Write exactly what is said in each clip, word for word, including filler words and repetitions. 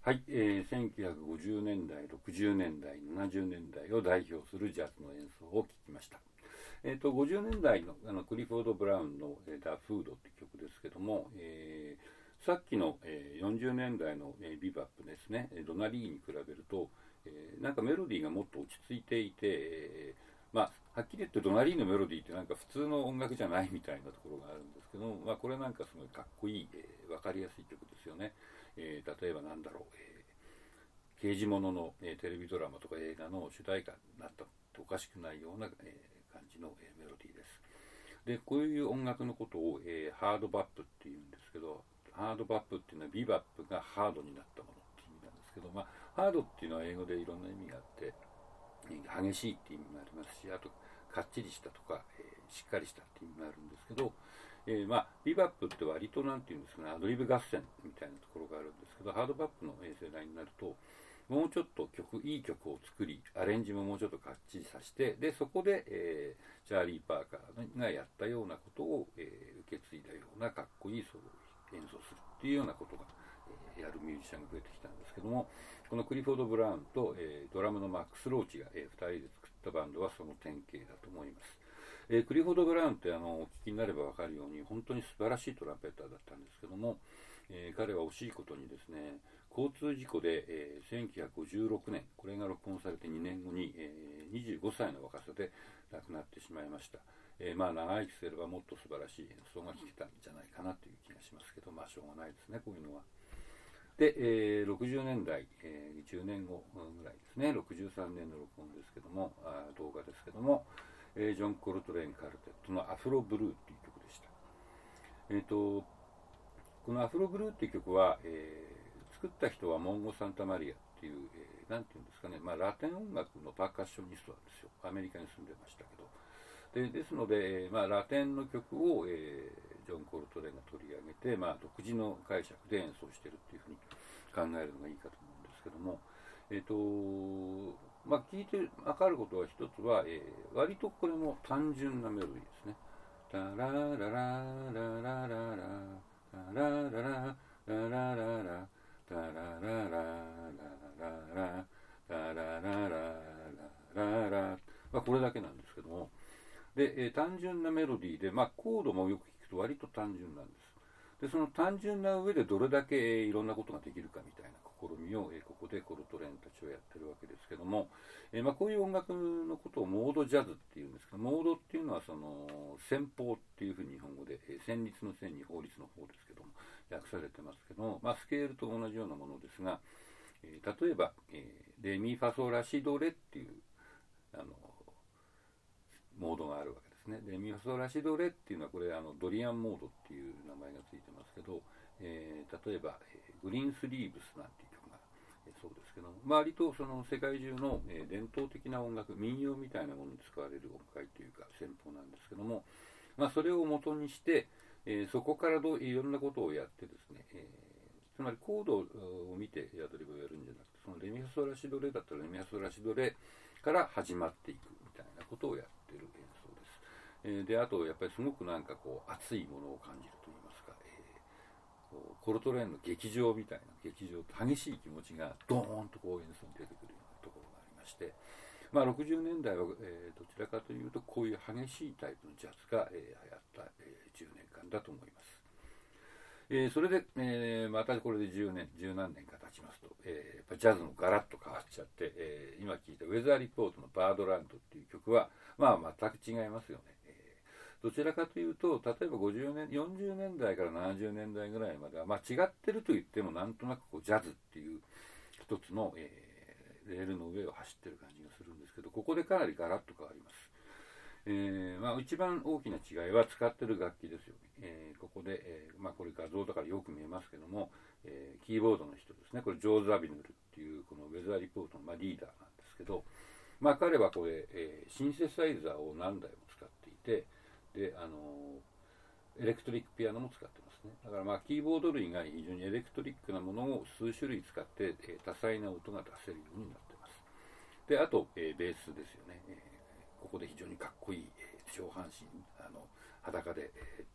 はい、えー、せんきゅうひゃくごじゅうねんだい、ろくじゅうねんだい、ななじゅうねんだいを代表するジャズの演奏を聴きました。えーと、ごじゅうねんだいの、あのクリフォード・ブラウンの「えー、ダ・フード」という曲ですけども、えー、さっきの、えー、よんじゅうねんだいの、えー、ビバップですね、ドナリーに比べると、えー、なんかメロディーがもっと落ち着いていて、えー、まあ、はっきり言ってドナリーのメロディーってなんか普通の音楽じゃないみたいなところがあるんですけど、まあ、これなんかすごいかっこいい、えー、分かりやすい曲ですよね。えー、例えばなんだろう、えー刑事物の、えー、テレビドラマとか映画の主題歌になったっておかしくないような、えー、感じの、えー、メロディーです。で、こういう音楽のことを、えー、ハードバップっていうんですけど、ハードバップっていうのはビバップがハードになったものっていう意味なんですけど、まあ、ハードっていうのは英語でいろんな意味があって、激しいっていう意味もありますし、あとかっちりしたとか、えー、しっかりしたっていう意味もあるんですけど、えー、まあビバップって割となんていうんですかね、アドリブ合戦みたいなところがあるんですけど、ハードバップの世代になるともうちょっと曲いい曲を作り、アレンジももうちょっとかっちりさせて、でそこで、えー、チャーリー・パーカーがやったようなことを、えー、受け継いだようなかっこいいソロを演奏するっていうようなことが、えー、やるミュージシャンが増えてきたんですけども、このクリフォード・ブラウンと、えー、ドラムのマックス・ローチが、えー、ふたりで作ったバンドはその典型だと思います。えー、クリフォード・ブラウンってあのお聞きになれば分かるように本当に素晴らしいトランペッターだったんですけども、えー、彼は惜しいことにですね、交通事故で、えー、せんきゅうひゃくごじゅうろくねん、これが録音されてにねんごに、えー、にじゅうごさいの若さで亡くなってしまいました。えー、まあ長生きすればもっと素晴らしい演奏が聴けたんじゃないかなという気がしますけど、まあしょうがないですね、こういうのは。で、えー、ろくじゅうねんだい、えー、じゅうねんごぐらいですね、ろくじゅうさんねんの録音ですけども、あ動画ですけども、えー、ジョン・コルトレーン・カルテットのアフロブルーっていう曲でした。えーと、このアフロブルーっていう曲は、えー、作った人はモンゴ・サンタマリアっていう、えー、なんていうんですかね、まあ、ラテン音楽のパーカッショニストなんですよ。アメリカに住んでましたけど。でですので、まあ、ラテンの曲を、えー、ジョン・コルトレーンが取り上げて、まあ、独自の解釈で演奏してるっていうふうに考えるのがいいかと思うんですけども、えーとまあ、聞いて分かることは一つは、えー、割とこれも単純なメロディーですね。タララララララララタラララララララタラララララタラララララ、まあ、これだけなんですけども、で、えー、単純なメロディーで、まあ、コードもよく聞くと割と単純なんです。で、その単純な上でどれだけ、えー、いろんなことができるかみたいな試みを、えー、ここでコルトレーンたちはやってるわけですけども、えーまあ、こういう音楽のことをモードジャズっていうんですけど、モードっていうのはその戦法っていうふうに日本語で、えー、戦律の戦に法律の法ですけども訳されてますけども、まあ、スケールと同じようなものですが、えー、例えば、えー、レミファソラシドレっていうあのモードがあるわけですね。でミファソラシドレっていうのはこれあのドリアンモードっていう名前がついてますけど、えー、例えば、えー、グリーンスリーブスなんていう曲が、えー、そうですけども、割とその世界中の、えー、伝統的な音楽、民謡みたいなものに使われる音階というか戦法なんですけども、まあ、それを元にして、えー、そこからどういろんなことをやってですね、えー、つまりコードを見てアドリブをやるんじゃなくて、そのレミファソラシドレだったらレミファソラシドレから始まっていくみたいなことをやってる演奏です。えー、であとやっぱりすごくなんかこう熱いものを感じるといいますか、えー、コルトレーンの劇場みたいな劇場と激しい気持ちがドーンとこう演奏に出てくるようなところがありまして、まあ、ろくじゅうねんだいは、えー、どちらかというとこういう激しいタイプのジャズが、えー、流行った、えー、じゅうねんかんだと思います。えー、それで、えー、またこれでじゅうねん、十何年か経ちますと、えー、ジャズもガラッと変わっちゃって、えー、今聴いたウェザーリポートのバードランドっていう曲は、まあ全く違いますよね。えー、どちらかというと、例えばごじゅうねん、よんじゅうねんだいからななじゅうねんだいぐらいまでは、まあ違ってると言ってもなんとなくこうジャズっていう一つの、えー、レールの上を走ってる感じがするんですけど、ここでかなりガラッと変わります。えーまあ、一番大きな違いは使ってる楽器ですよね。えー、ここで、えーまあ、これ画像だからよく見えますけども、えー、キーボードの人ですね。これジョーズ・アビヌルっていうこのウェザーリポートの、まあ、リーダーなんですけど、まあ、彼はこれ、えー、シンセサイザーを何台も使っていて、で、あのー、エレクトリックピアノも使ってますね。だからまあキーボード類が非常にエレクトリックなものを数種類使って、えー、多彩な音が出せるようになってます。で、あと、えー、ベースですよね。えーここで非常にかっこいい、えー、上半身あの裸で、えー、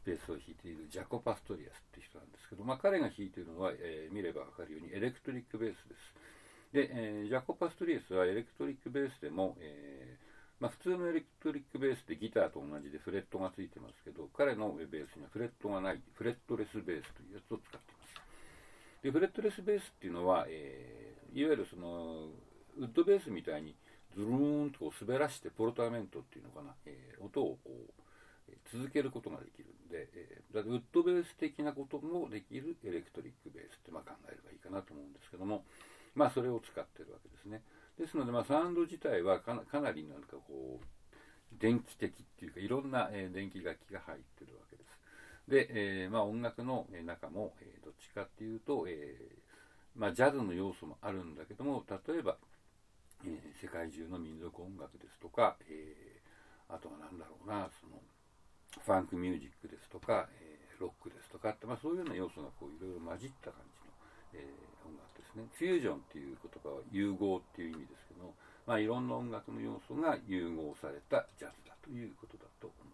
ベースを弾いているジャコ・パストリアスっていう人なんですけど、まあ、彼が弾いているのは、えー、見れば分かるようにエレクトリックベースです。で、えー、ジャコ・パストリアスはエレクトリックベースでも、えーまあ、普通のエレクトリックベースってギターと同じでフレットがついてますけど、彼のベースにはフレットがない、フレットレスベースというやつを使っています。で、フレットレスベースっていうのは、えー、いわゆるそのウッドベースみたいにズルーンとこう滑らしてポルタメントっていうのかな、えー、音をこう続けることができるんで、えー、だウッドベース的なこともできるエレクトリックベースってまあ考えればいいかなと思うんですけども、まあそれを使ってるわけですね。ですので、まあ、サウンド自体はか な, かなりなんかこう電気的っていうかいろんな、えー、電気楽器が入ってるわけです。で、えーまあ、音楽の中も、えー、どっちかっていうと、えーまあ、ジャズの要素もあるんだけども、例えば、えー、世界中の民族音楽ですとか、えー、あとは何だろうな、そのファンクミュージックですとか、えー、ロックですとかって、まあ、そういうような要素がこういろいろ混じった感じの、えー、音楽ですね。フュージョンっていう言葉は融合っていう意味ですけども、まあ、いろんな音楽の要素が融合されたジャズだということだと思います。